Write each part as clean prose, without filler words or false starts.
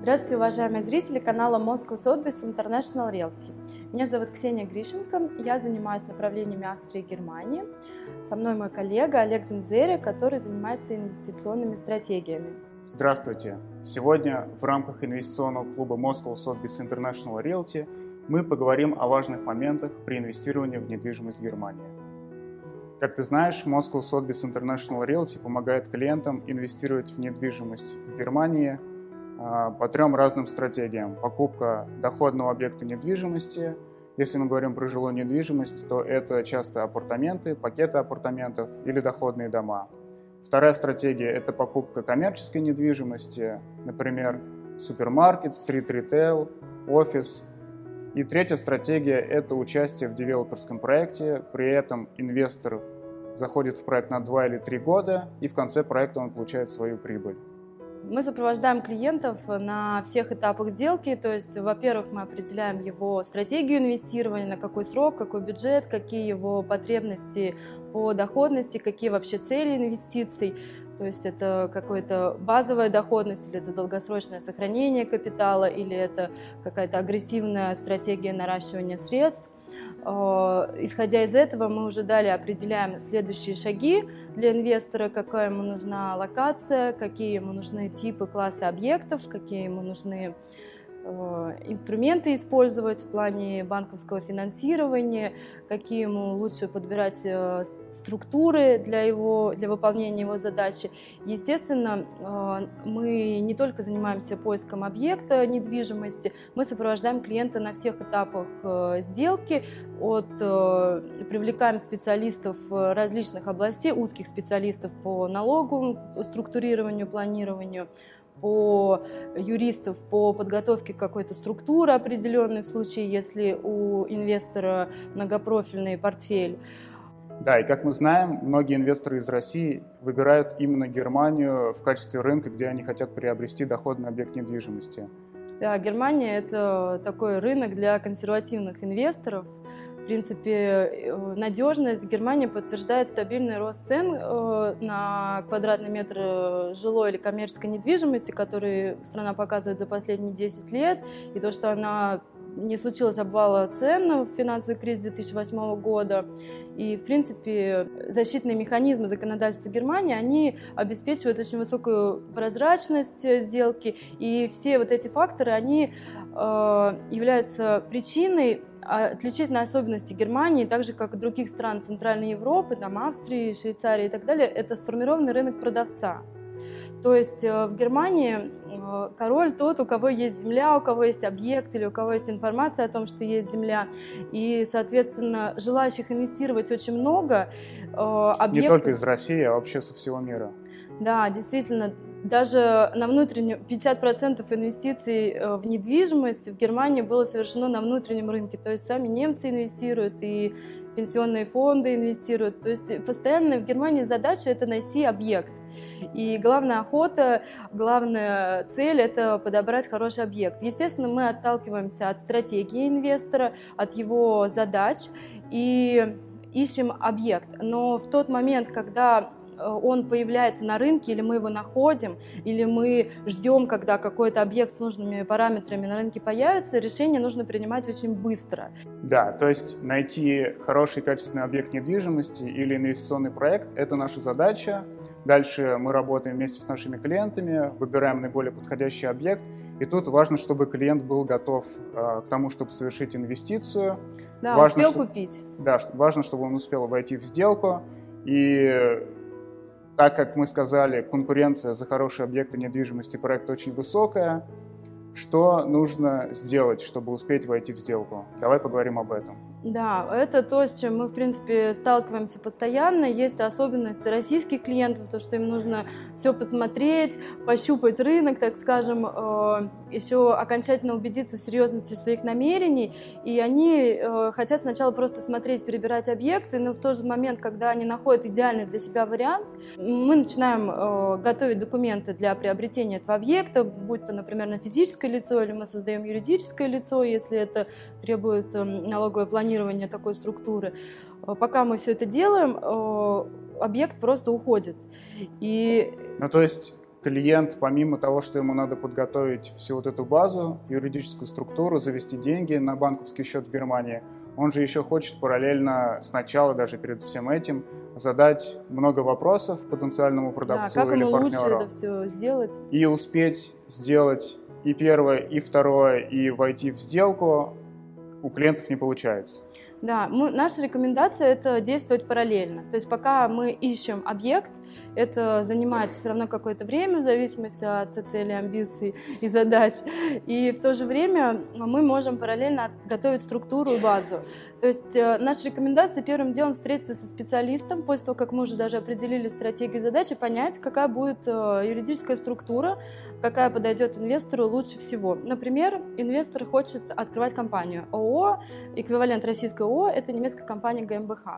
Здравствуйте, уважаемые зрители канала Moscow Sotheby's International Realty. Меня зовут Ксения Грищенко, я занимаюсь направлениями Австрии и Германии. Со мной мой коллега Олег Зензери, который занимается инвестиционными стратегиями. Здравствуйте! Сегодня в рамках инвестиционного клуба Moscow Sotheby's International Realty мы поговорим о важных моментах при инвестировании в недвижимость в Германии. Как ты знаешь, Moscow Sotheby's International Realty помогает клиентам инвестировать в недвижимость в Германии по трем разным стратегиям. Покупка доходного объекта недвижимости. Если мы говорим про жилую недвижимость, то это часто апартаменты, пакеты апартаментов или доходные дома. Вторая стратегия – это покупка коммерческой недвижимости, например, супермаркет, стрит-ритейл, офис. И третья стратегия – это участие в девелоперском проекте, при этом инвестор заходит в проект на 2 или 3 года, и в конце проекта он получает свою прибыль. Мы сопровождаем клиентов на всех этапах сделки, то есть, во-первых, мы определяем его стратегию инвестирования, на какой срок, какой бюджет, какие его потребности по доходности, какие вообще цели инвестиций, то есть это какая-то базовая доходность, или это долгосрочное сохранение капитала, или это какая-то агрессивная стратегия наращивания средств. Исходя из этого, мы уже далее определяем следующие шаги для инвестора, какая ему нужна локация, какие ему нужны типы, классы объектов, какие ему нужны инструменты использовать в плане банковского финансирования, какие ему лучше подбирать структуры для выполнения его задачи. Естественно, мы не только занимаемся поиском объекта недвижимости, мы сопровождаем клиента на всех этапах сделки, привлекаем специалистов различных областей, узких специалистов по налогу, структурированию, планированию, по юристов по подготовке какой-то структуры определенной в случае, если у инвестора многопрофильный портфель. Да, и как мы знаем, многие инвесторы из России выбирают именно Германию в качестве рынка, где они хотят приобрести доходный объект недвижимости. Да, Германия – это такой рынок для консервативных инвесторов. В принципе, надежность Германии подтверждает стабильный рост цен на квадратный метр жилой или коммерческой недвижимости, который страна показывает за последние 10 лет, и то, что не случилось обвала цен в финансовый кризис 2008 года. И, в принципе, защитные механизмы законодательства Германии, они обеспечивают очень высокую прозрачность сделки, и все вот эти факторы, они являются причиной отличительной особенности Германии, так же, как и других стран Центральной Европы, там Австрии, Швейцарии и так далее, это сформированный рынок продавца. То есть в Германии король тот, у кого есть земля, у кого есть объект или у кого есть информация о том, что есть земля. И, соответственно, желающих инвестировать очень много. Не только из России, а вообще со всего мира. Да, действительно. Даже на внутреннюю 50% инвестиций в недвижимость в Германии было совершено на внутреннем рынке. То есть сами немцы инвестируют, и пенсионные фонды инвестируют. То есть постоянно в Германии задача – это найти объект. И главная охота, главная цель – это подобрать хороший объект. Естественно, мы отталкиваемся от стратегии инвестора, от его задач и ищем объект. Но в тот момент, когда он появляется на рынке, или мы его находим, или мы ждем, когда какой-то объект с нужными параметрами на рынке появится, решение нужно принимать очень быстро. Да, то есть найти хороший качественный объект недвижимости или инвестиционный проект – это наша задача. Дальше мы работаем вместе с нашими клиентами, выбираем наиболее подходящий объект. И тут важно, чтобы клиент был готов к тому, чтобы совершить инвестицию. Да, важно, успел купить. Да, важно, чтобы он успел войти в сделку. И так как мы сказали, конкуренция за хорошие объекты недвижимости проекта очень высокая. Что нужно сделать, чтобы успеть войти в сделку? Давай поговорим об этом. Да, это то, с чем мы, в принципе, сталкиваемся постоянно. Есть особенность российских клиентов, то, что им нужно все посмотреть, пощупать рынок, так скажем, еще окончательно убедиться в серьезности своих намерений. И они хотят сначала просто смотреть, перебирать объекты, но в тот же момент, когда они находят идеальный для себя вариант, мы начинаем готовить документы для приобретения этого объекта, будь то, например, на физическое лицо, или мы создаем юридическое лицо, если это требует налоговое планирование такой структуры. Пока мы все это делаем, объект просто уходит. Ну, то есть клиент, помимо того, что ему надо подготовить всю вот эту базу, юридическую структуру, завести деньги на банковский счет в Германии, он же еще хочет параллельно сначала, даже перед всем этим, задать много вопросов потенциальному продавцу или партнеру. Как ему лучше это все сделать? И успеть сделать и первое, и второе, и войти в сделку у клиентов не получается. Да, наша рекомендация – это действовать параллельно. То есть пока мы ищем объект, это занимает все равно какое-то время, в зависимости от целей, амбиций и задач. И в то же время мы можем параллельно готовить структуру и базу. То есть наша рекомендация первым делом встретиться со специалистом, после того, как мы уже даже определили стратегию задачи, понять, какая будет юридическая структура, какая подойдет инвестору лучше всего. Например, инвестор хочет открывать компанию. ООО, эквивалент российской ООО, это немецкая компания ГМБХ.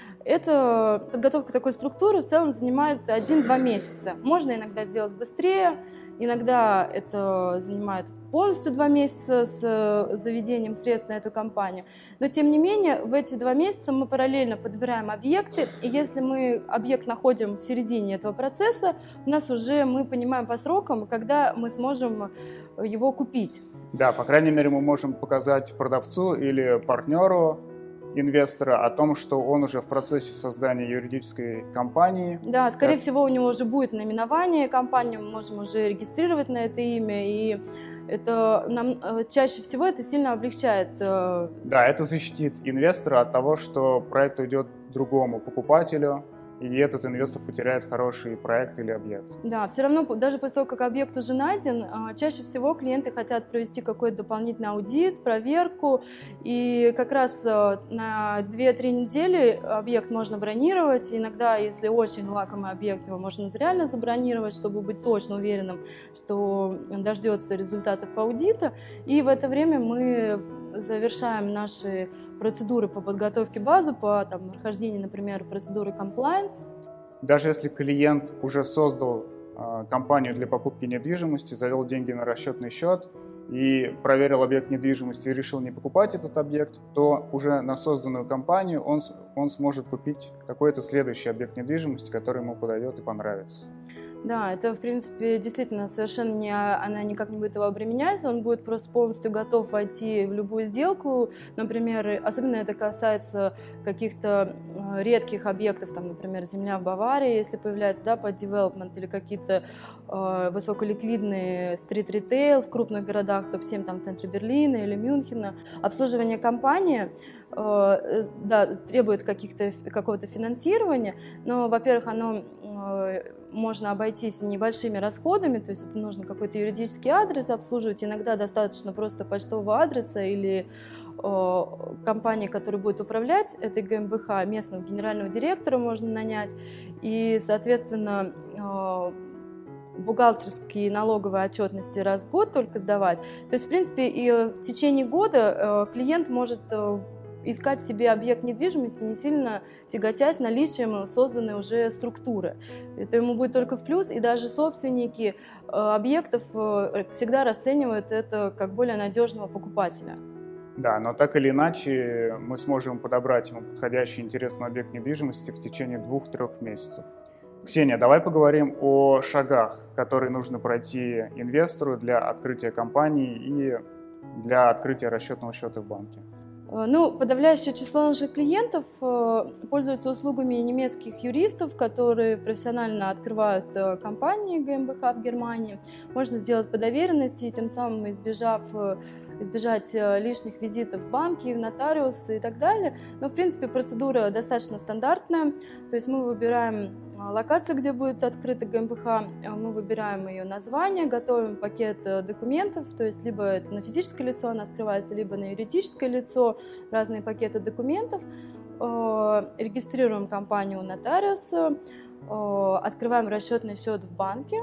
Это подготовка такой структуры в целом занимает 1-2 месяца. Можно иногда сделать быстрее, иногда это занимает полностью 2 месяца с заведением средств на эту компанию. Но тем не менее, в эти 2 месяца мы параллельно подбираем объекты, и если мы объект находим в середине этого процесса, у нас уже мы понимаем по срокам, когда мы сможем его купить. Да, по крайней мере, мы можем показать продавцу или партнеру инвестора о том, что он уже в процессе создания юридической компании. Да, скорее всего, у него уже будет наименование компании, мы можем уже регистрировать на это имя, и это нам чаще всего это сильно облегчает. Да, это защитит инвестора от того, что проект уйдет другому покупателю, и этот инвестор потеряет хороший проект или объект. Да, все равно, даже после того, как объект уже найден, чаще всего клиенты хотят провести какой-то дополнительный аудит, проверку, и как раз на 2-3 недели объект можно бронировать. Иногда, если очень лакомый объект, его можно нотариально забронировать, чтобы быть точно уверенным, что он дождется результатов аудита, и в это время мы завершаем наши процедуры по подготовке базы, по прохождению, например, процедуры compliance. Даже если клиент уже создал компанию для покупки недвижимости, завел деньги на расчетный счет и проверил объект недвижимости и решил не покупать этот объект, то уже на созданную компанию он сможет купить какой-то следующий объект недвижимости, который ему подойдет и понравится. Да, это, в принципе, действительно совершенно она никак не будет его обременять, он будет просто полностью готов войти в любую сделку, например, особенно это касается каких-то редких объектов, например, земля в Баварии, если появляется, под development, или какие-то высоколиквидные стрит-ритейл в крупных городах, топ-7, в центре Берлина или Мюнхена. Обслуживание компании требует какого-то финансирования, но, во-первых, оно можно обойтись небольшими расходами, то есть это нужно какой-то юридический адрес обслуживать, иногда достаточно просто почтового адреса или компании, которая будет управлять этой ГМБХ, местного генерального директора можно нанять, и, соответственно, бухгалтерские и налоговые отчетности раз в год только сдавать. То есть, в принципе, и в течение года клиент может искать себе объект недвижимости, не сильно тяготясь наличием созданной уже структуры. Это ему будет только в плюс, и даже собственники объектов всегда расценивают это как более надежного покупателя. Да, но так или иначе мы сможем подобрать ему подходящий интересный объект недвижимости в течение 2-3 месяцев. Ксения, давай поговорим о шагах, которые нужно пройти инвестору для открытия компании и для открытия расчетного счета в банке. Подавляющее число наших клиентов пользуются услугами немецких юристов, которые профессионально открывают компании ГМБХ в Германии. Можно сделать по доверенности, тем самым избежать лишних визитов в банки, в нотариусы и так далее. Но, в принципе, процедура достаточно стандартная. То есть мы выбираем локацию, где будет открыта ГМБХ, мы выбираем ее название, готовим пакет документов, то есть либо это на физическое лицо она открывается, либо на юридическое лицо, разные пакеты документов, регистрируем компанию у нотариуса, открываем расчетный счет в банке.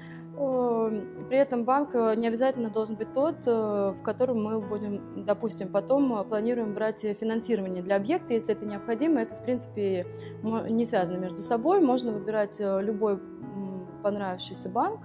При этом банк не обязательно должен быть тот, в котором мы будем, допустим, потом планируем брать финансирование для объекта. Если это необходимо, это, в принципе, не связано между собой. Можно выбирать любой понравившийся банк.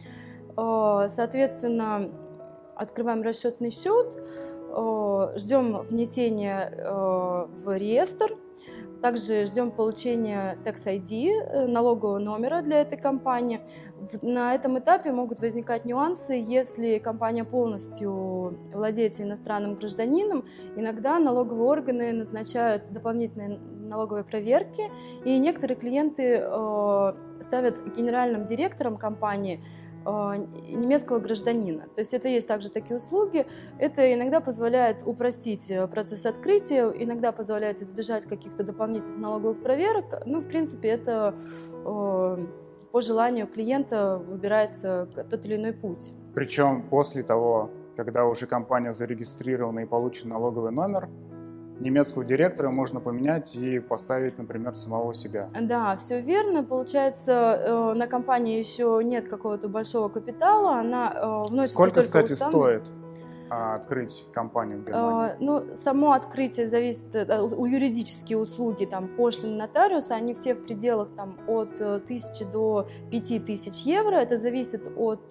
Соответственно, открываем расчетный счет, ждем внесения в реестр. также ждем получения Tax ID, налогового номера для этой компании. На этом этапе могут возникать нюансы, если компания полностью владеет иностранным гражданином. Иногда налоговые органы назначают дополнительные налоговые проверки, и некоторые клиенты ставят генеральным директором компании немецкого гражданина. То есть это есть также такие услуги. Это иногда позволяет упростить процесс открытия, иногда позволяет избежать каких-то дополнительных налоговых проверок. Ну, в принципе, это по желанию клиента выбирается тот или иной путь. Причем после того, когда уже компания зарегистрирована и получен налоговый номер, немецкого директора можно поменять и поставить, например, самого себя. Да, все верно. Получается, на компании еще нет какого-то большого капитала, она вносится Сколько, только кстати, уставом. стоит открыть компанию в Германии? Ну, само открытие зависит, у юридические услуги, там, пошлины нотариуса, они все в пределах там, от 1000 до 5000 евро. Это зависит от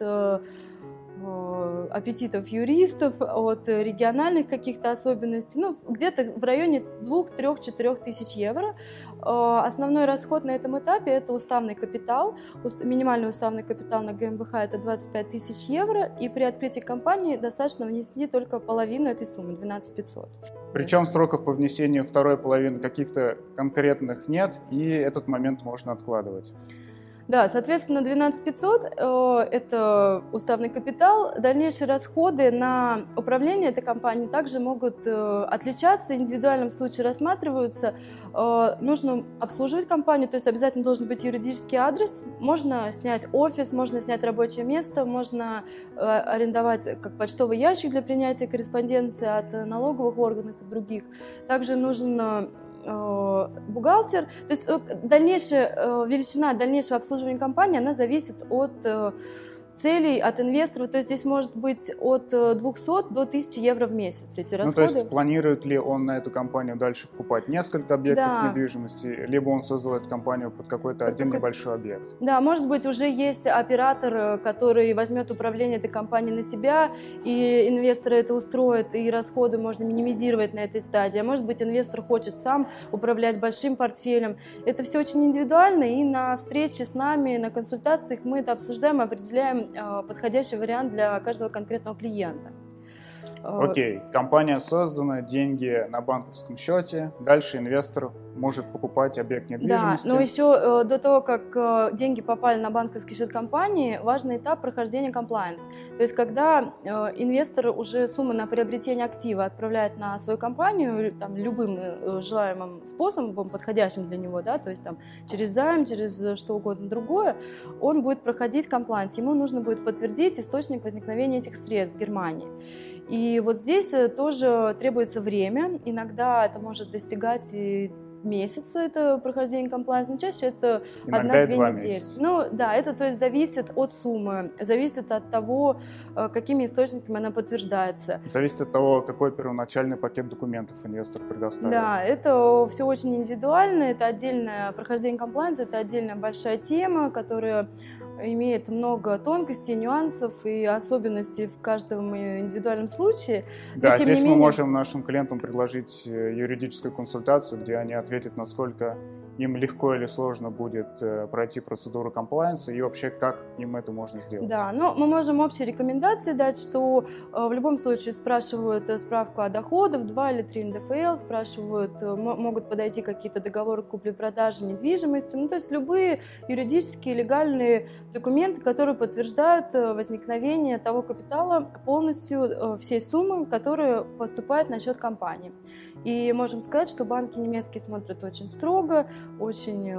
аппетитов юристов, от региональных каких-то особенностей, ну, где-то в районе 2, 3, 4 тысяч евро. Основной расход на этом этапе – это уставный капитал. Минимальный уставный капитал на ГМБХ – это 25 тысяч евро, и при открытии компании достаточно внести только половину этой суммы – 12 500. Причем сроков по внесению второй половины каких-то конкретных нет, и этот момент можно откладывать. Да, соответственно, 12 500 – это уставный капитал. Дальнейшие расходы на управление этой компанией также могут отличаться, в индивидуальном случае рассматриваются. Нужно обслуживать компанию, то есть обязательно должен быть юридический адрес. Можно снять офис, можно снять рабочее место, можно арендовать как почтовый ящик для принятия корреспонденции от налоговых органов и других. Также нужен бухгалтер. То есть дальнейшая величина дальнейшего обслуживания компании, она зависит от целей, от инвесторов. То есть здесь может быть от 200 до 1000 евро в месяц эти расходы. Ну, то есть планирует ли он на эту компанию дальше покупать несколько объектов недвижимости, либо он создал эту компанию под какой-то один небольшой объект? Да, может быть, уже есть оператор, который возьмет управление этой компанией на себя, и инвесторы это устроят, и расходы можно минимизировать на этой стадии. А может быть, инвестор хочет сам управлять большим портфелем. Это все очень индивидуально, и на встрече с нами, на консультациях мы это обсуждаем, определяем подходящий вариант для каждого конкретного клиента. Окей, компания создана, деньги на банковском счете, дальше инвестор может покупать объект недвижимости. Да, но еще до того, как деньги попали на банковский счет компании, важный этап прохождения compliance. То есть, когда инвестор уже сумму на приобретение актива отправляет на свою компанию там, любым желаемым способом, подходящим для него, да, то есть там, через займ, через что угодно другое, он будет проходить compliance. Ему нужно будет подтвердить источник возникновения этих средств в Германии. И вот здесь тоже требуется время. Иногда это может достигать и месяца, это прохождение комплайнс, но чаще это 1-2 недели. Ну да, это то есть зависит от суммы, зависит от того, какими источниками она подтверждается. Зависит от того, какой первоначальный пакет документов инвестор предоставил. Да, это все очень индивидуально, это отдельное прохождение комплайнс, это отдельная большая тема, которая имеет много тонкостей, нюансов и особенностей в каждом индивидуальном случае. Да, здесь мы можем нашим клиентам предложить юридическую консультацию, где они ответят, насколько им легко или сложно будет пройти процедуру комплайенса и вообще как им это можно сделать. Да, но мы можем общие рекомендации дать, что в любом случае спрашивают справку о доходах, 2 или 3 НДФЛ, спрашивают, могут подойти какие-то договоры купли-продажи недвижимости, ну то есть любые юридические, легальные документы, которые подтверждают возникновение того капитала полностью всей суммы, которая поступает на счет компании. И можем сказать, что банки немецкие смотрят очень строго, очень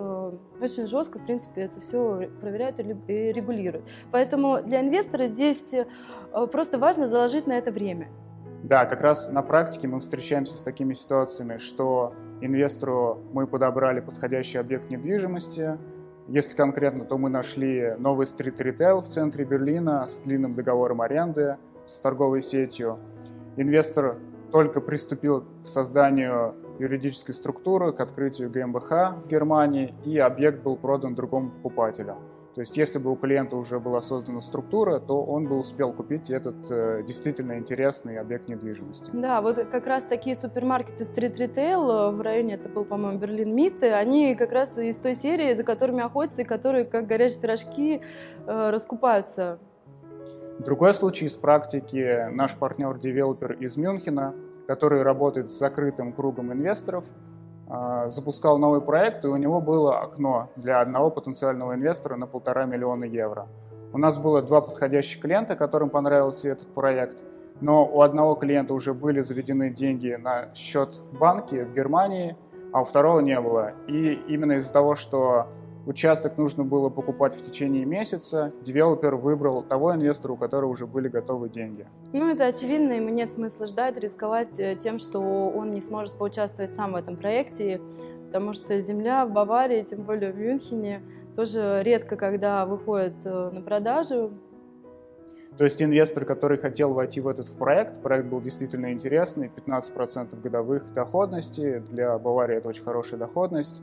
жестко, в принципе, это все проверяют и регулируют. Поэтому для инвестора здесь просто важно заложить на это время. Да, как раз на практике мы встречаемся с такими ситуациями, что инвестору мы подобрали подходящий объект недвижимости. Если конкретно, то мы нашли новый стрит-ритейл в центре Берлина с длинным договором аренды, с торговой сетью. Инвестор только приступил к созданию юридической структуры к открытию ГmbH в Германии, и объект был продан другому покупателю. То есть, если бы у клиента уже была создана структура, то он бы успел купить этот действительно интересный объект недвижимости. Да, вот как раз такие супермаркеты стрит-ритейл в районе, это был, по-моему, Берлин-Митте, они как раз из той серии, за которыми охотятся и которые, как горячие пирожки, раскупаются. Другой случай из практики. Наш партнер-девелопер из Мюнхена, который работает с закрытым кругом инвесторов, запускал новый проект, и у него было окно для одного потенциального инвестора на 1,5 миллиона евро. У нас было 2 подходящих клиента, которым понравился этот проект, но у одного клиента уже были заведены деньги на счет в банке в Германии, а у второго не было. И именно из-за того, что участок нужно было покупать в течение месяца, девелопер выбрал того инвестора, у которого уже были готовы деньги. Ну, это очевидно, ему нет смысла ждать, рисковать тем, что он не сможет поучаствовать сам в этом проекте, потому что земля в Баварии, тем более в Мюнхене, тоже редко когда выходит на продажу. То есть инвестор, который хотел войти в этот проект был действительно интересный, 15% годовых доходности, для Баварии это очень хорошая доходность.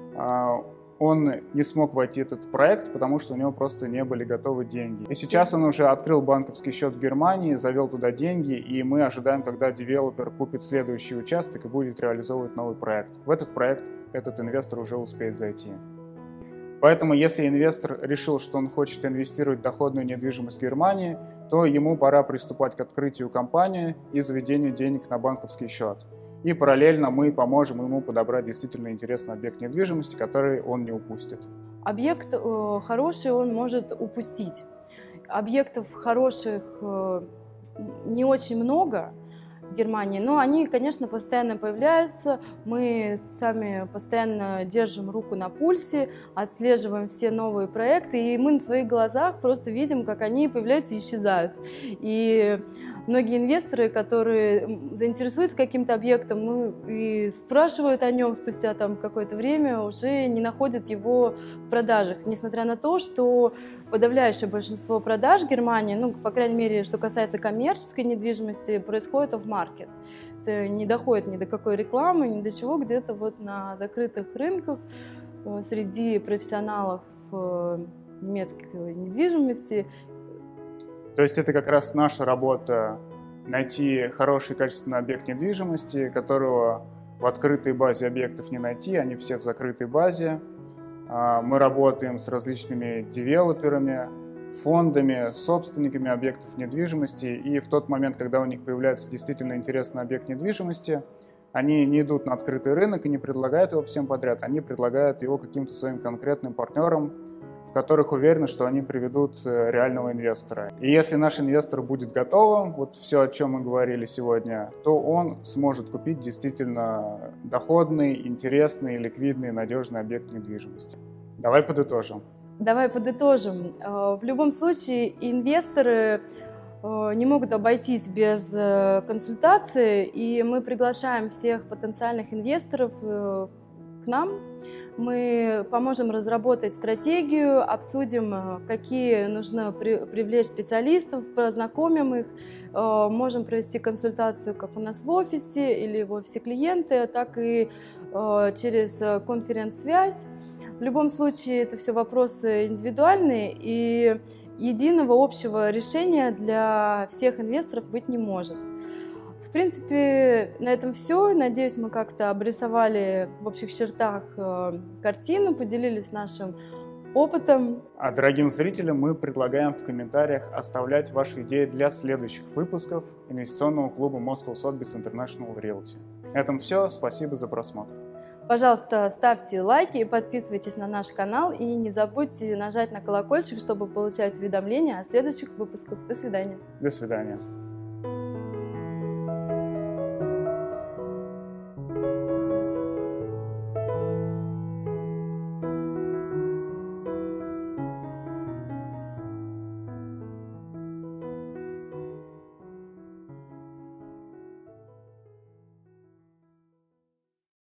Он не смог войти в этот проект, потому что у него просто не были готовы деньги. И сейчас он уже открыл банковский счет в Германии, завел туда деньги, и мы ожидаем, когда девелопер купит следующий участок и будет реализовывать новый проект. В этот проект этот инвестор уже успеет зайти. Поэтому, если инвестор решил, что он хочет инвестировать в доходную недвижимость в Германии, то ему пора приступать к открытию компании и заведению денег на банковский счет. И параллельно мы поможем ему подобрать действительно интересный объект недвижимости, который он не упустит. Объект хороший он может упустить. Объектов хороших не очень много в Германии, но они, конечно, постоянно появляются. Мы сами постоянно держим руку на пульсе, отслеживаем все новые проекты, и мы на своих глазах просто видим, как они появляются и исчезают. И многие инвесторы, которые заинтересуются каким-то объектом, и спрашивают о нем спустя какое-то время, уже не находят его в продажах, несмотря на то, что подавляющее большинство продаж в Германии, по крайней мере, что касается коммерческой недвижимости, происходит off-market. Это не доходит ни до какой рекламы, ни до чего, где-то на закрытых рынках среди профессионалов немецкой недвижимости. То есть это как раз наша работа — найти хороший качественный объект недвижимости, которого в открытой базе объектов не найти, они все в закрытой базе. Мы работаем с различными девелоперами, фондами, собственниками объектов недвижимости, и в тот момент, когда у них появляется действительно интересный объект недвижимости, они не идут на открытый рынок и не предлагают его всем подряд, они предлагают его каким-то своим конкретным партнерам, в которых уверены, что они приведут реального инвестора. И если наш инвестор будет готовым, все, о чем мы говорили сегодня, то он сможет купить действительно доходный, интересный, ликвидный, надежный объект недвижимости. Давай подытожим. В любом случае, инвесторы не могут обойтись без консультации, и мы приглашаем всех потенциальных инвесторов к нам. Мы поможем разработать стратегию, обсудим, какие нужно привлечь специалистов, познакомим их, можем провести консультацию как у нас в офисе или в офисе клиента, так и через конференц-связь. В любом случае, это все вопросы индивидуальные, и единого общего решения для всех инвесторов быть не может. В принципе, на этом все. Надеюсь, мы как-то обрисовали в общих чертах картину, поделились нашим опытом. А дорогим зрителям мы предлагаем в комментариях оставлять ваши идеи для следующих выпусков инвестиционного клуба Moscow Sotheby's International Realty. На этом все. Спасибо за просмотр. Пожалуйста, ставьте лайки и подписывайтесь на наш канал. И не забудьте нажать на колокольчик, чтобы получать уведомления о следующих выпусках. До свидания. До свидания.